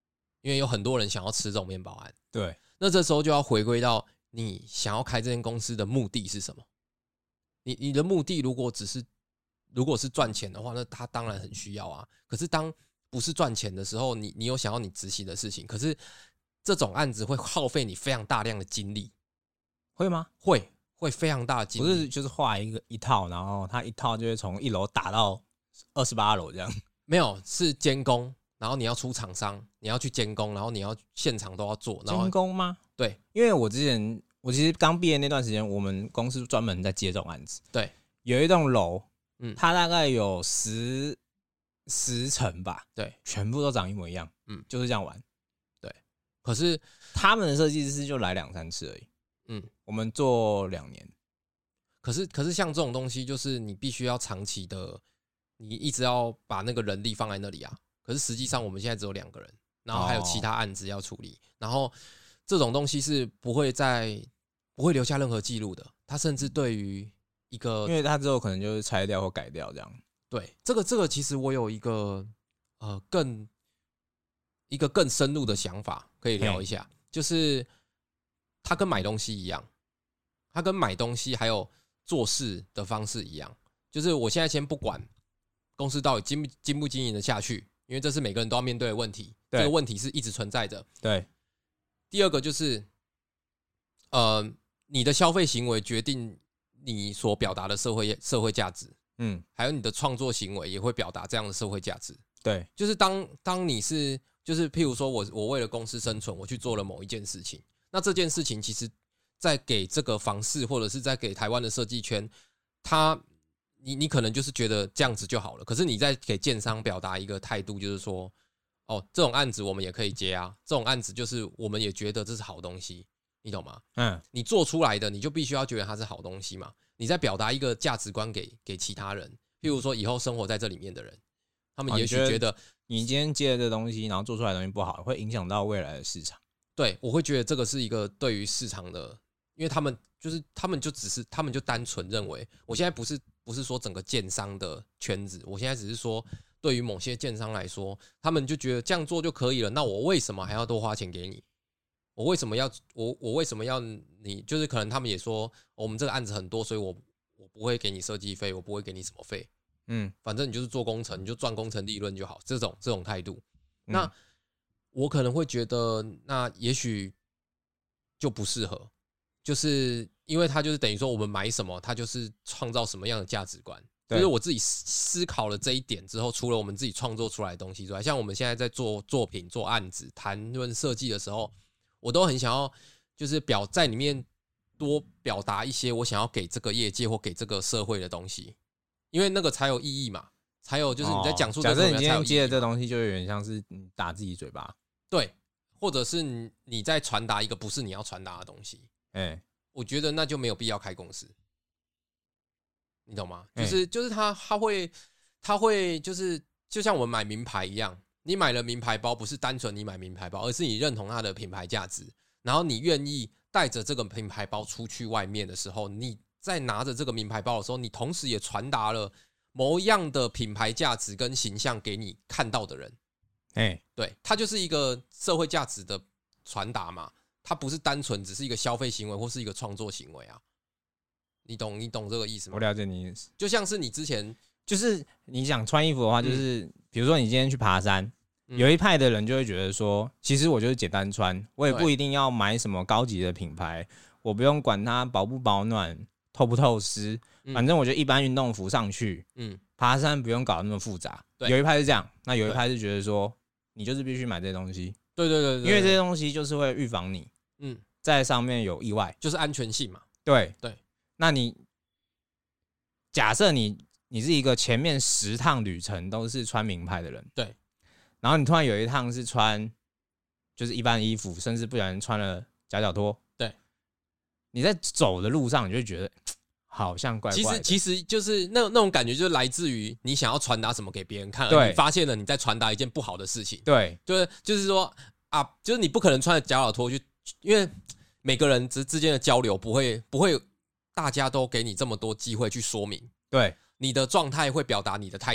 因为有很多人想要吃这种面包案。 对， 那这时候就要回归到你想要开这间公司的目的是什么？你你的目的如果只是如果是赚钱的话，那他当然很需要啊。可是当不是赚钱的时候，你你有想要你执行的事情，可是这种案子会耗费你非常大量的精力， 会吗？ 会会非常大的精力， 不是就是画一个一套，然后他一套就会从一楼打到二十八楼这样。 没有，是监工，然后你要出厂商，你要去监工，然后你要现场都要做。 监工吗？ 对， 因为我之前我其实刚毕业那段时间，我们公司专门在接这种案子。 对， 有一栋楼， 嗯， 它大概有十十层吧， 对， 全部都长一模一样， 嗯， 就是这样玩。 对，可是他们的设计师就来两三次而已， 嗯， 我们做两年。 可是可是像这种东西，就是你必须要长期的，你一直要把那个人力放在那里啊。可是实际上我们现在只有两个人，然后还有其他案子要处理，哦、然后这种东西是不会在不会留下任何记录的。它甚至对于一个， 因为它之后可能就是拆掉或改掉这样。 对，这个这个其实我有一个呃更一个更深入的想法可以聊一下，就是它跟买东西一样，它跟买东西还有做事的方式一样，就是我现在先不管公司到底经不经不经营的下去，因为这是每个人都要面对的问题，这个问题是一直存在的。 对。 第二个就是，呃，你的消费行为决定你所表达的社会社会价值。嗯，还有你的创作行为也会表达这样的社会价值。 对， 就是当当你是，就是譬如说我我为了公司生存，我去做了某一件事情，那这件事情其实在给这个房市或者是在给台湾的设计圈，他你你可能就是觉得这样子就好了，可是你在给建商表达一个态度，就是说，哦，这种案子我们也可以接啊，这种案子就是我们也觉得这是好东西，你懂吗？嗯，你做出来的你就必须要觉得它是好东西嘛。你在表达一个价值观给给其他人，譬如说以后生活在这里面的人，他们也许觉得你今天接的这东西，然后做出来的东西不好，会影响到未来的市场。 对，我会觉得这个是一个对于市场的，因为他们就是他们就只是他们就单纯认为，我现在不是不是说整个建商的圈子，我现在只是说对于某些建商来说，他们就觉得这样做就可以了，那我为什么还要多花钱给你？我为什么要我我为什么要你？就是可能他们也说、哦、我们这个案子很多，所以我我不会给你设计费，我不会给你什么费，嗯，反正你就是做工程，你就赚工程利润就好，这种这种态度。嗯、那我可能会觉得，那也许就不适合，就是因为他就是等于说我们买什么，他就是创造什么样的价值观。就是我自己思考了这一点之后，除了我们自己创作出来的东西之外，像我们现在在做作品、做案子、谈论设计的时候。我都很想要，就是表在里面多表达一些我想要给这个业界或给这个社会的东西，因为那个才有意义嘛，才有就是你在讲述这个、 哦。假设你今天接的这东西，就有点像是你打自己嘴巴， 对，或者是你你在传达一个不是你要传达的东西，哎、欸，我觉得那就没有必要开公司，你懂吗？就是、欸、就是他他会他会就是就像我们买名牌一样。你买了名牌包，不是单纯你买名牌包，而是你认同它的品牌价值，然后你愿意带着这个品牌包出去外面的时候，你在拿着这个名牌包的时候，你同时也传达了某样的品牌价值跟形象给你看到的人。哎、欸，对，它就是一个社会价值的传达嘛，它不是单纯只是一个消费行为或是一个创作行为啊。你懂你懂这个意思吗？ 我了解你意思， 就像是你之前。 就是你想穿衣服的话，就是、嗯、比如说你今天去爬山、嗯，有一派的人就会觉得说，其实我就是简单穿，我也不一定要买什么高级的品牌，我不用管它保不保暖、透不透湿，嗯、反正我就一般运动服上去，嗯，爬山不用搞那么复杂。有一派是这样，那有一派是觉得说，你就是必须买这些东西， 对对 对, 对， 因为这些东西就是会预防你，嗯，在上面有意外， 就是安全性嘛。 对对， 那你假设你。你是一个前面十趟旅程都是穿名牌的人， 对， 然后你突然有一趟是穿就是一般的衣服，甚至不小心穿了夹脚拖， 对， 你在走的路上你就会觉得好像怪怪的。 其实其实就是那那种感觉，就是来自于你想要传达什么给别人看，而你发现了你在传达一件不好的事情。 对， 就是就是说啊，就是你不可能穿着夹脚拖去，因为每个人之之间的交流不会不会大家都给你这么多机会去说明。 对。 你的状态会表达你的态度，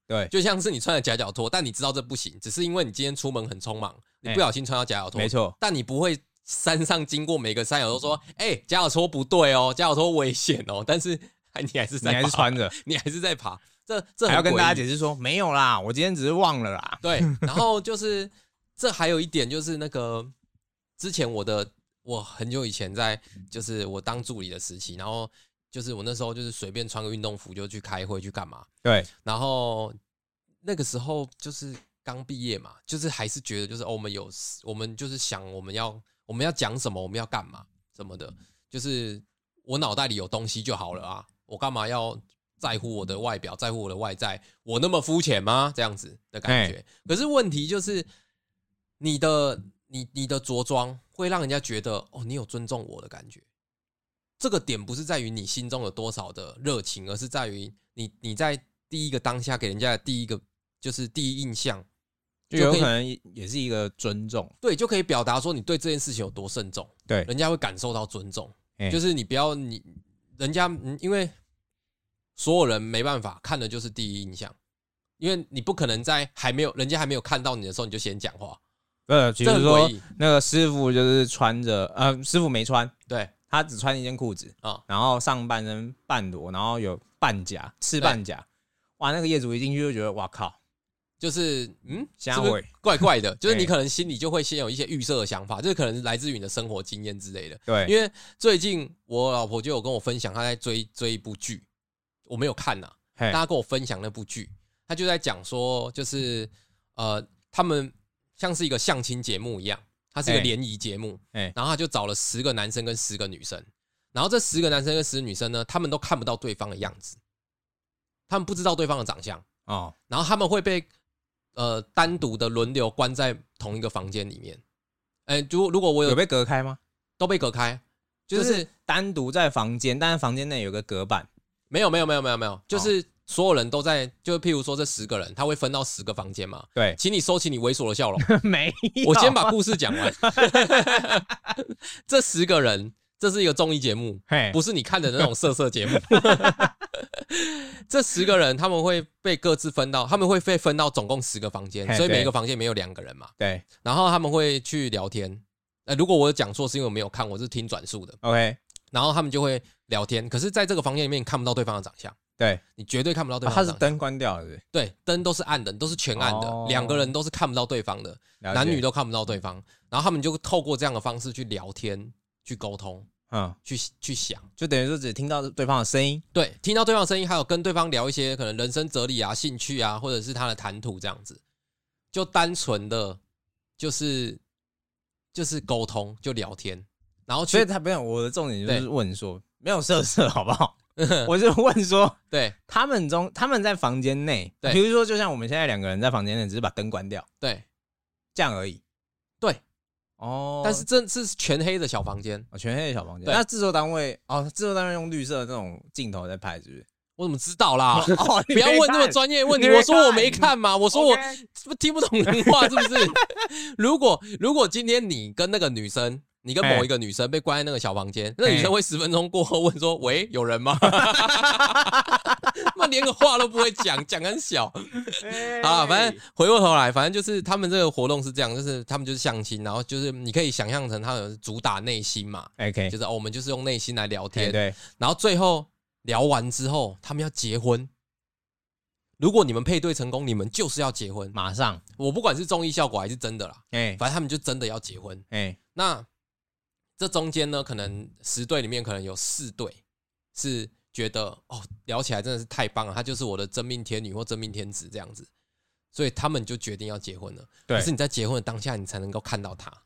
对， 就像是你穿了夹脚拖，但你知道这不行，只是因为你今天出门很匆忙，你不小心穿到夹脚拖， 没错。 但你不会山上经过每个山友都说，哎、欸，夹脚拖不对哦，夹脚拖危险哦，但是你还是在爬， 你还是穿着， 你还是在爬，这这还要跟大家解释说没有啦，我今天只是忘了啦。 对，然后就是这还有一点就是那个之前我的我很久以前在就是我当助理的时期，然后。就是我那时候就是随便穿个运动服就去开会去干嘛， 对， 然后那个时候就是刚毕业嘛，就是还是觉得就是哦，我们有我们就是想我们要我们要讲什么，我们要干嘛什么的，就是我脑袋里有东西就好了啊，我干嘛要在乎我的外表，在乎我的外在，我那么肤浅吗？这样子的感觉。可是问题就是你的你你的着装会让人家觉得哦，你有尊重我的感觉。这个点不是在于你心中有多少的热情，而是在于你你在第一个当下给人家的第一个就是第一印象， 就有可能也是一个尊重， 对，就可以表达说你对这件事情有多慎重， 对， 人家会感受到尊重，欸、就是你不要你人家、嗯、因为所有人没办法看的就是第一印象，因为你不可能在还没有人家还没有看到你的时候你就先讲话， 呃，比如说那个师傅就是穿着呃，师傅没穿， 对。 他只穿一件裤子、哦、然后上半身半裸，然后有半甲赤半甲，哇，那个业主一进去就觉得哇靠， 就是嗯， 是不是怪怪的？就是你可能心里就会先有一些预设的想法，这可能来自于你的生活经验之类的。 对， 因为最近我老婆就有跟我分享，她在追追一部剧，我没有看呐、啊，大家跟我分享那部剧，她就在讲说，就是呃，他们像是一个相亲节目一样。它是一个联谊节目，欸、然后他就找了十个男生跟十个女生，然后这十个男生跟十个女生呢，他们都看不到对方的样子，他们不知道对方的长相哦，然后他们会被呃单独的轮流关在同一个房间里面。哎，如如果我有有被隔开吗？ 都被隔开， 就是、就是单独在房间，但是房间内有个隔板。 没有没有没有没有没有，就是所有人都在，就譬如说这十个人，他会分到十个房间嘛。 对， 请你收起你猥琐的笑容。 没有， 我先把故事讲完。这十个人，这是一个综艺节目，不是你看的那种色色节目。这十个人他们会被各自分到，他们会被分到总共十个房间，所以每一个房间里面有两个人嘛。 对， 然后他们会去聊天。呃，如果我有讲错，是因为我没有看，我是听转述的。 OK。 然后他们就会聊天，可是在这个房间里面你看不到对方的长相， 对， 你绝对看不到对方的长相。 哦、他是灯关掉的， 对，灯都是暗的，都是全暗的，两、哦、个人都是看不到对方的，男女都看不到对方。然后他们就透过这样的方式去聊天、去沟通，嗯，去去想， 就等于说只听到对方的声音， 对，听到对方的声音，还有跟对方聊一些可能人生哲理啊、兴趣啊，或者是他的谈吐这样子，就单纯的就是就是沟通，就聊天。然后所以他不用，我的重点就是问说，没有色色好不好？我就问说， 对， 他们中他们在房间内，比如说就像我们现在两个人在房间内，只是把灯关掉， 对， 这样而已。 对， 哦， 但是这是全黑的小房间， 哦，全黑的小房间。那制作单位哦，制作单位用绿色的那种镜头在拍，是不是？ 我怎么知道啦？哦、不要问这么专业的问题。我说我没看嘛，我说我是不是听不懂人话？是不是？如果如果今天你跟那个女生。你跟某一个女生被关在那个小房间，那女生会十分钟过后问说：“喂，有人吗？”那连个话都不会讲，讲很小。好了，反正回过头来，反正就是他们这个活动是这样，就是他们就是相亲，然后就是你可以想象成他们主打内心嘛 ，OK， 就是、哦、我们就是用内心来聊天， 对， 然后最后聊完之后，他们要结婚。如果你们配对成功，你们就是要结婚， 马上。 我不管是综艺效果还是真的啦， 哎， 反正他们就真的要结婚， 哎， 那。这中间呢，可能十队里面可能有四队是觉得哦，聊起来真的是太棒了，她就是我的真命天女或真命天子这样子，所以他们就决定要结婚了。可是你在结婚的当下，你才能够看到她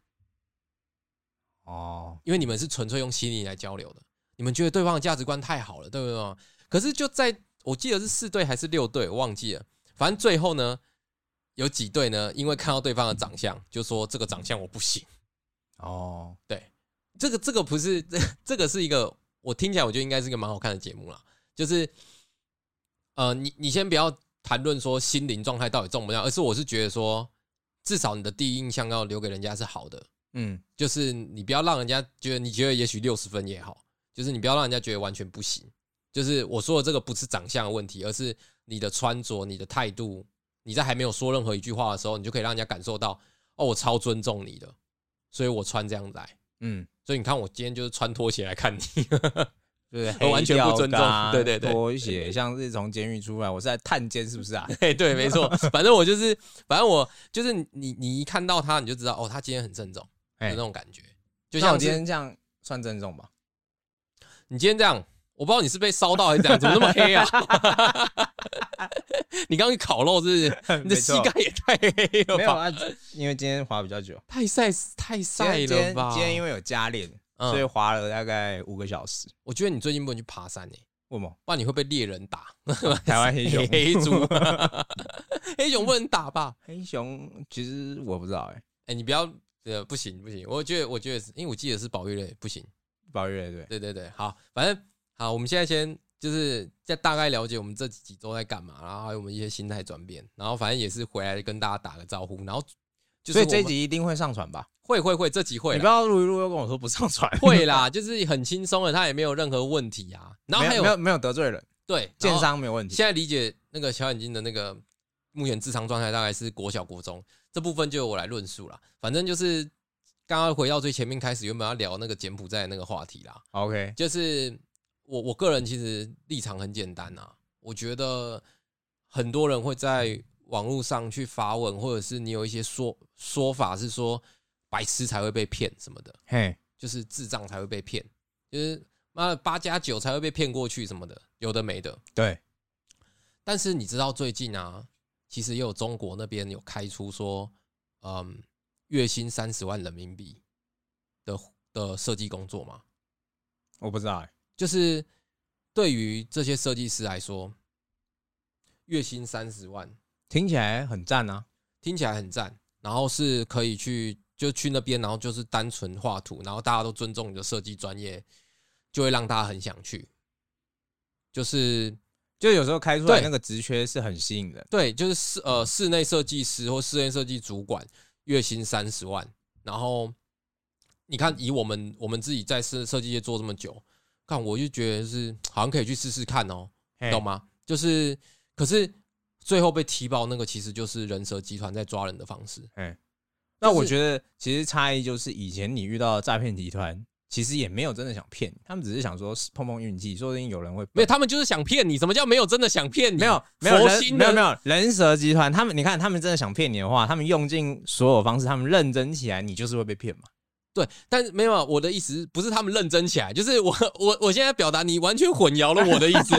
哦，因为你们是纯粹用心理来交流的，你们觉得对方的价值观太好了，对不对？可是就在我记得是四队还是六队，我忘记了，反正最后呢，有几队呢，因为看到对方的长相，就说这个长相我不行哦，对。这个这个不是这这个是一个我听起来我觉得应该是一个蛮好看的节目啦，就是呃你你先不要谈论说心灵状态到底重不重要，而是我是觉得说至少你的第一印象要留给人家是好的，嗯，就是你不要让人家觉得你觉得也许六十分也好，就是你不要让人家觉得完全不行，就是我说的这个不是长相的问题，而是你的穿着、你的态度，你在还没有说任何一句话的时候，你就可以让人家感受到，哦，我超尊重你的，所以我穿这样来。嗯，所以你看，我今天就是穿拖鞋来看你。 对， 我完全不尊重，对对对， 拖鞋像是从监狱出来，我是在探监，是不是啊？ 对对，没错。反正我就是，反正我就是你，你一看到他，你就知道哦，他今天很郑重，有那种感觉。就像我今天这样算郑重吧？ 你今天这样，我不知道你是被烧到还是怎样，怎么那么黑啊？你刚刚去烤肉是不是？你的膝盖也太黑了吧？ 没有啊，因为今天滑比较久， 太晒太晒了吧？ 今天因为有加练。所以滑了大概五个小时。 我觉得你最近不能去爬山诶、欸， 为什么？ 不然你会被猎人打。 台湾黑熊、 黑猪、黑熊不能打吧？ 黑熊其实我不知道诶、欸。哎、 欸，你不要呃，不行不行，我觉得我觉得是因为我记得是保育类，不行。 保育类对对对对，好，反正好，我们现在先就是在大概了解我们这几周在干嘛，然后还有我们一些心态转变，然后反正也是回来跟大家打个招呼，然后就是所以这一集一定会上传吧？ 会会会，这集会。 你不要录一录又跟我说不上传。 会啦，就是很轻松的，他也没有任何问题啊。然后还有没有没有得罪人， 对， 建商没有问题。 现在理解那个小眼睛的那个目前智商状态大概是国小国中，这部分就由我来论述啦。反正就是刚刚回到最前面开始，原本要聊那个柬埔寨的那个话题啦。 OK， 就是我我个人其实立场很简单啊，我觉得很多人会在网络上去发文，或者是你有一些说说法是说白痴才会被骗什么的， 嘿， 就是智障才会被骗，就是妈的八加九才会被骗过去什么的，有的没的。对，但是你知道最近啊，其实也有中国那边有开出说，嗯，月薪三十万人民币的的设计工作吗？ 我不知道、欸， 就是对于这些设计师来说，月薪三十万听起来很赞啊， 听起来很赞，然后是可以去就去那边，然后就是单纯画图，然后大家都尊重你的设计专业，就会让大家很想去。就是就有时候开出来那个职缺是很吸引人， 对，就是室呃室内设计师或室内设计主管，月薪三十万，然后你看以我们我们自己在设设计业做这么久，看我就觉得是好像可以去试试看哦，懂吗？就是可是最后被踢爆那个其实就是人蛇集团在抓人的方式。 那我觉得其实差异就是以前你遇到的诈骗集团。其实也没有真的想骗你，他们只是想说碰碰运气，说不定有人会。 没有，他们就是想骗你。什么叫没有真的想骗你？ 没有，没有，没有，没有。人蛇集团，他们你看，他们真的想骗你的话，他们用尽所有方式，他们认真起来，你就是会被骗嘛。 对，但是没有，我的意思不是他们认真起来，就是我我我现在表达，你完全混淆了我的意思，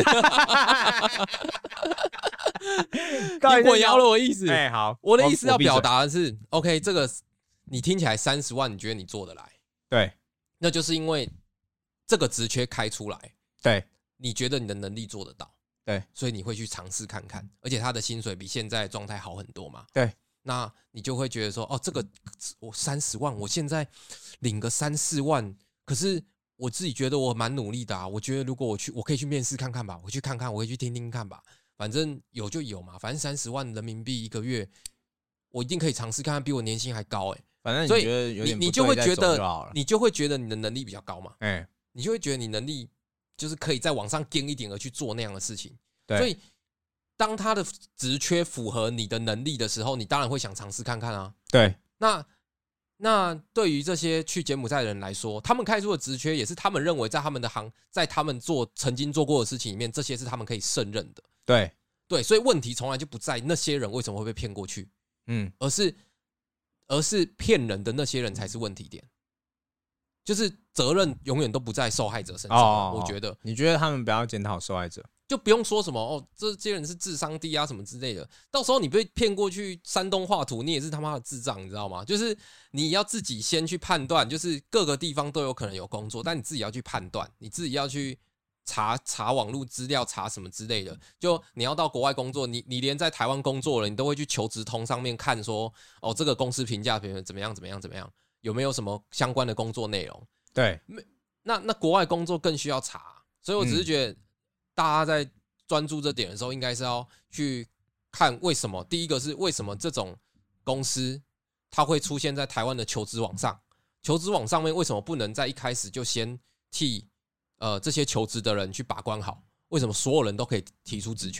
你混淆了我的意思。 哎、欸，好， 我的意思要表达的是 ，OK， 这个你听起来三十万，你觉得你做得来？ 对。 那就是因为这个职缺开出来， 对， 你觉得你的能力做得到， 对， 所以你会去尝试看看，而且他的薪水比现在的状态好很多嘛， 对， 那你就会觉得说，哦，这个我三十万，我现在领个三四万，可是我自己觉得我蛮努力的啊，我觉得如果我去，我可以去面试看看吧，我去看看，我可以去听听看吧，反正有就有嘛，反正三十万人民币一个月，我一定可以尝试看看，比我年薪还高哎、欸。 反正你觉得有点你就会觉得，你就会觉得你的能力比较高嘛，欸、你就会觉得你能力就是可以再往上颠一点而去做那样的事情。 对， 所以当他的职缺符合你的能力的时候，你当然会想尝试看看啊。 对， 那那对于这些去柬埔寨的人来说，他们开出的职缺也是他们认为在他们的行，在他们做曾经做过的事情里面，这些是他们可以胜任的。 对对，所以问题从来就不在那些人为什么会被骗过去，嗯，而是。而是骗人的那些人才是问题点，就是责任永远都不在受害者身上。哦、我觉得， 你觉得他们不要检讨受害者， 就不用说什么哦，这些人是智商低啊什么之类的。到时候你被骗过去山东画图，你也是他妈的智障，你知道吗？就是你要自己先去判断，就是各个地方都有可能有工作，但你自己要去判断，你自己要去。查查网络资料，查什么之类的。就你要到国外工作，你你连在台湾工作了，你都会去求职通上面看说，哦，这个公司评价怎么样怎么样怎么样，有没有什么相关的工作内容？ 对， 那那国外工作更需要查，所以我只是觉得大家在专注这点的时候，应该是要去看为什么。第一个是为什么这种公司它会出现在台湾的求职网上？求职网上面为什么不能在一开始就先替呃，这些求职的人去把关好，为什么所有人都可以提出职缺？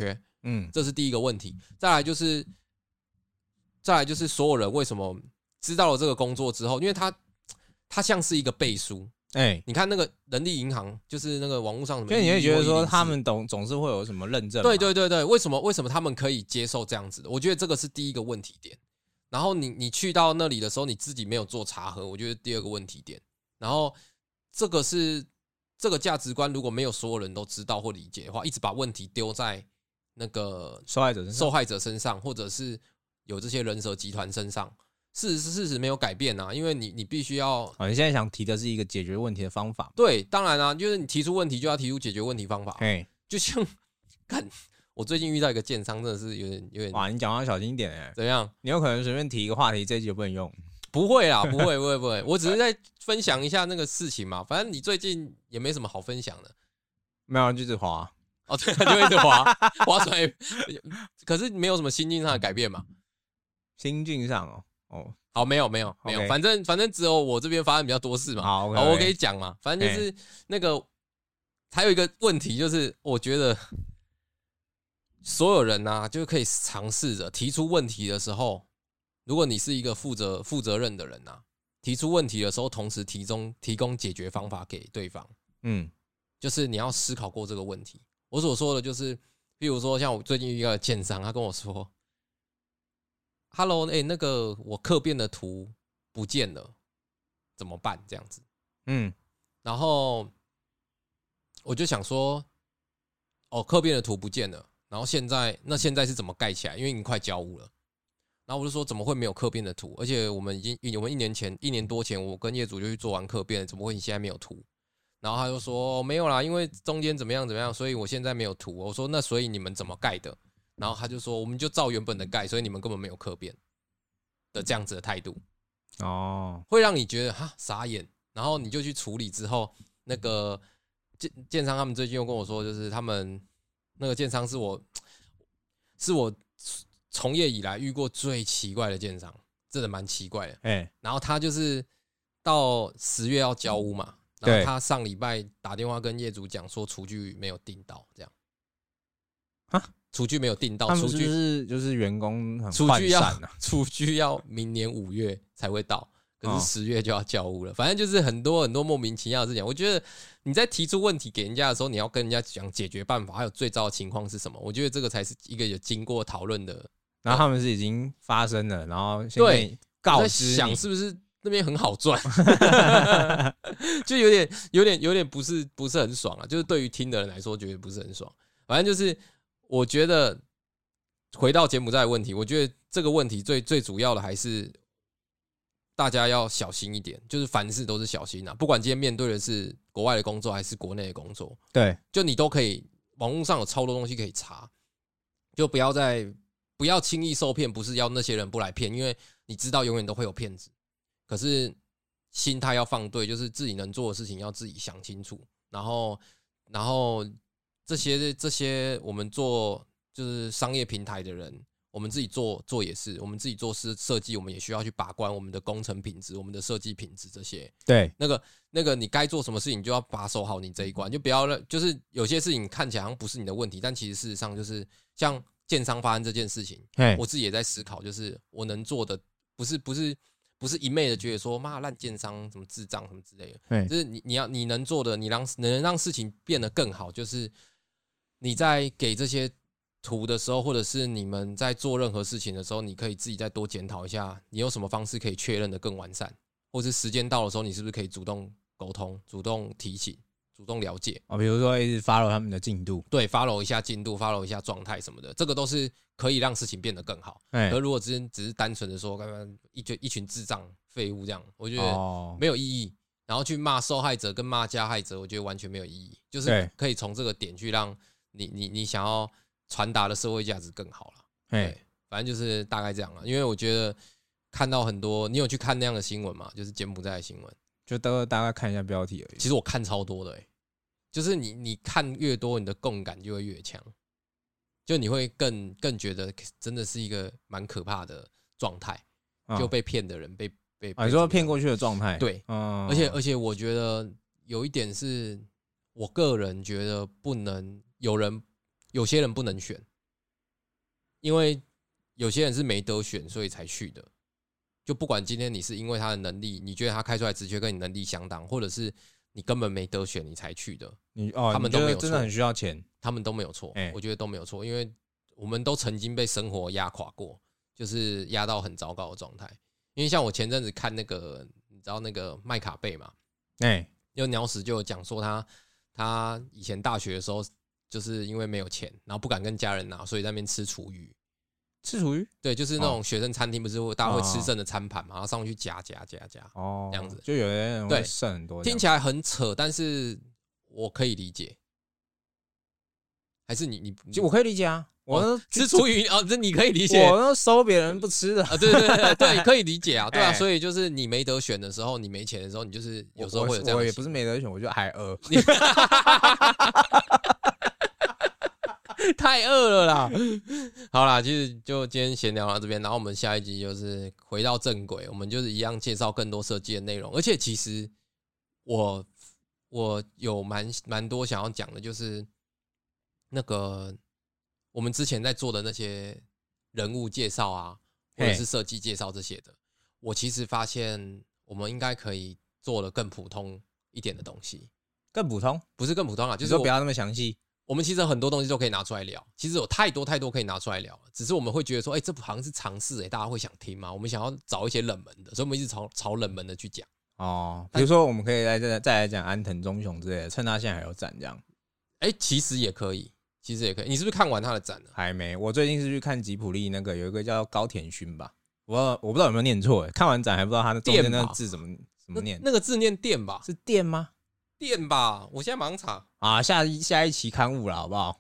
嗯，这是第一个问题。再来就是，再来就是所有人为什么知道了这个工作之后，因为他他像是一个背书。哎、欸，你看那个人力银行，就是那个网络上什么， 所以你会觉得说他们总总是会有什么认证？ 对对对对，为什么为什么他们可以接受这样子的？我觉得这个是第一个问题点。然后你你去到那里的时候，你自己没有做查核，我觉得第二个问题点。然后这个是这个价值观，如果没有所有人都知道或理解的话，一直把问题丢在那个受害者身上， 受害者身上，或者是有这些人蛇集团身上。事实事实没有改变啊，因为你你必须要、 哦，你现在想提的是一个解决问题的方法。 对，当然啊，就是你提出问题就要提出解决问题方法。 嘿， 就像看我最近遇到一个建商，真的是有点有点哇，你讲话小心一点哎、欸。 怎样？ 你有可能随便提一个话题，这一集就不能用。 不会啦，不会不会不会，我只是在分享一下那个事情嘛。反正你最近也没什么好分享的， 没有，就是滑。 哦，对，就一直滑滑出来，可是没有什么心境上的改变嘛。 心境上哦。哦， 好，没有没有没有， okay. 反正反正只有我这边发生比较多事嘛。 好， okay, 好，我可以讲嘛。反正就是那个，还有一个问题就是，我觉得所有人啊，就可以尝试着提出问题的时候，如果你是一个负责负责任的人啊，提出问题的时候，同时提供提供解决方法给对方。嗯，就是你要思考过这个问题。我所说的就是，比如说像我最近遇到的建商，他跟我说。Hello， 哎、欸，那个我客变的图不见了，怎么办？这样子，嗯，然后我就想说，哦，客变的图不见了，然后现在那现在是怎么盖起来？因为已经快交屋了，然后我就说怎么会没有客变的图？而且我们已经我们一年前一年多前，我跟业主就去做完客变了，怎么会你现在没有图？然后他就说、哦、没有啦，因为中间怎么样怎么样，所以我现在没有图。我说那所以你们怎么盖的？然后他就说，我们就照原本的盖，所以你们根本没有客变的这样子的态度，哦，会让你觉得哈傻眼，然后你就去处理之后，那个建建商他们最近又跟我说，就是他们那个建商是我是我从业以来遇过最奇怪的建商，真的蛮奇怪的。欸、然后他就是到十月要交屋嘛，然后他上礼拜打电话跟业主讲说厨具没有订到，这样，哈。厨具没有订到， 他们是不是就是员工很厨具要涣散啊？ 厨具要明年五月才会到，可是十月就要交屋了。反正就是很多很多莫名其妙的事情。我觉得你在提出问题给人家的时候，你要跟人家讲解决办法，还有最糟的情况是什么。我觉得这个才是一个有经过讨论的。 然后他们是已经发生了，然后先对告知你， 想是不是那边很好赚，就有点有点有点不是不是很爽啊。就是对于听的人来说，觉得不是很爽。反正就是。我觉得回到柬埔寨的问题，我觉得这个问题最最主要的还是大家要小心一点，就是凡事都是小心啊。不管今天面对的是国外的工作还是国内的工作，对，就你都可以，网络上有超多东西可以查，就不要再不要轻易受骗。不是要那些人不来骗，因为你知道永远都会有骗子，可是心态要放对，就是自己能做的事情要自己想清楚，然后然后。这些这些我们做就是商业平台的人，我们自己做做也是，我们自己做设计，我们也需要去把关我们的工程品质、我们的设计品质这些。对，那个那个你该做什么事情，你就要把守好你这一关，就不要就是有些事情看起来好像不是你的问题，但其实事实上就是像建商发生这件事情，我自己也在思考，就是我能做的不是不是。不是一昧的觉得说妈烂建商什么智障什么之类的，就是你你要你能做的，你让能让事情变得更好，就是你在给这些图的时候，或者是你们在做任何事情的时候，你可以自己再多检讨一下，你有什么方式可以确认的更完善，或是时间到的时候，你是不是可以主动沟通、主动提醒、主动了解哦，比如说一直 follow 他们的进度， 对 ，follow 一下进度 ，follow 一下状态什么的，这个都是可以让事情变得更好。而如果只是只是单纯的说，刚刚一群一群智障废物这样，我觉得没有意义。然后去骂受害者跟骂加害者，我觉得完全没有意义。就是可以从这个点去让你你你想要传达的社会价值更好了。对，反正就是大概这样了。因为我觉得看到很多，你有去看那样的新闻吗？就是柬埔寨的新闻。 就大大概看一下标题而已。 其实我看超多的、欸，就是你你看越多，你的共感就会越强，就你会更更觉得真的是一个蛮可怕的状态，就被骗的人被被啊，你说骗过去的状态， 对，嗯，而且而且我觉得有一点是我个人觉得不能有人有些人不能选， 因为有些人是没得选，所以才去的。就不管今天你是因为他的能力，你觉得他开出来职缺跟你能力相当，或者是你根本没得选你才去的， 你哦， 他们都没有错， 真的很需要钱， 他们都没有错， 欸、 我觉得都没有错，因为我们都曾经被生活压垮过，就是压到很糟糕的状态。因为像我前阵子看那个，你知道那个麦卡贝嘛？ 哎、欸， 有鸟屎就有讲说他他以前大学的时候，就是因为没有钱，然后不敢跟家人拿，所以在那边吃厨余。 吃厨余？ 对，就是那种学生餐厅，不是大家会吃剩的餐盘嘛，然后上去夹夹夹夹，哦，这样子， 就有的人会剩很多。 听起来很扯，但是我可以理解。还是你你， 其实我可以理解啊。我、哦、 吃厨余啊，这你可以理解。 我都收别人不吃的啊，对对对对，可以理解啊，对啊。欸、所以就是你没得选的时候，你没钱的时候，你就是有时候会有这样。 我也不是没得选，我就还饿。 太饿了啦！好啦，其实就今天闲聊到这边，然后我们下一集就是回到正轨，我们就是一样介绍更多设计的内容。而且其实我我有蛮蛮多想要讲的，就是那个我们之前在做的那些人物介绍啊，或者是设计介绍这些的，我其实发现我们应该可以做的更普通一点的东西。 更普通？ 不是更普通啊，就是说不要那么详细。 我们其实很多东西都可以拿出来聊，其实有太多太多可以拿出来聊了，只是我们会觉得说，哎、欸，这好像是尝试，哎，大家会想听吗？我们想要找一些冷门的，所以我们一直朝朝冷门的去讲。 哦，比如说我们可以来再再来讲安藤忠雄之类的，趁他现在还有展这样。 哎、欸，其实也可以，其实也可以。你是不是看完他的展了？ 还没，我最近是去看吉普力那个有一个叫高田勋吧，我我不知道有没有念错，看完展还不知道他的中间那个字怎么怎么念。 那个字念店吧？ 是店吗？ 店吧，我现在马上查啊，下一下一期刊物了，好不好？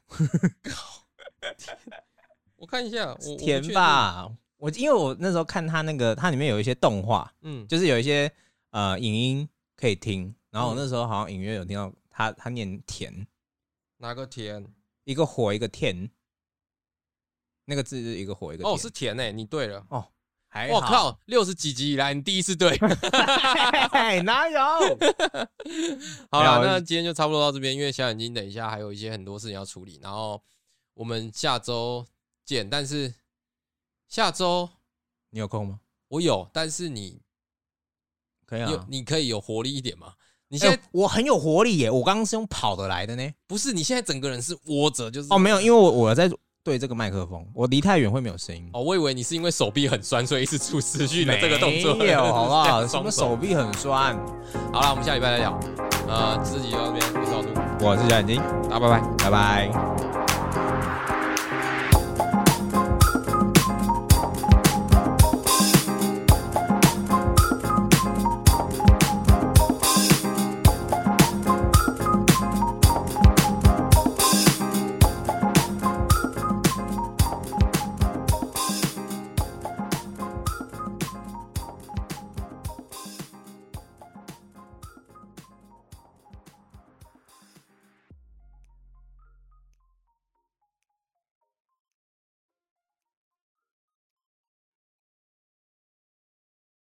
我看一下，我甜吧，我因为我那时候看他那个，它里面有一些动画，嗯，就是有一些呃影音可以听，然后我那时候好像隐约有听到他他念甜， 哪个甜？ 一个火一个甜，那个字是一个火一个甜。 哦，是甜诶、欸，你对了哦。 我靠！六十几集以来，你第一次对， 哪有？ 好了，那今天就差不多到这边，因为小眼睛等一下还有一些很多事情要处理，然后我们下周见。但是下周你有空吗？ 我有，但是你可以啊， 你可以有活力一点吗？你现在、欸、 我很有活力耶，我刚刚是用跑的来的呢。 不是，你现在整个人是窝着，就是哦，没有，因为我我在。对这个麦克风，我离太远会没有声音。 哦，我以为你是因为手臂很酸，所以一直出失去的这个动作。 没有，好不好？什么手臂很酸？ 好了，我们下礼拜再聊。呃，这集到这边，我是老杜， 我是小眼睛， 大家拜拜， 拜拜。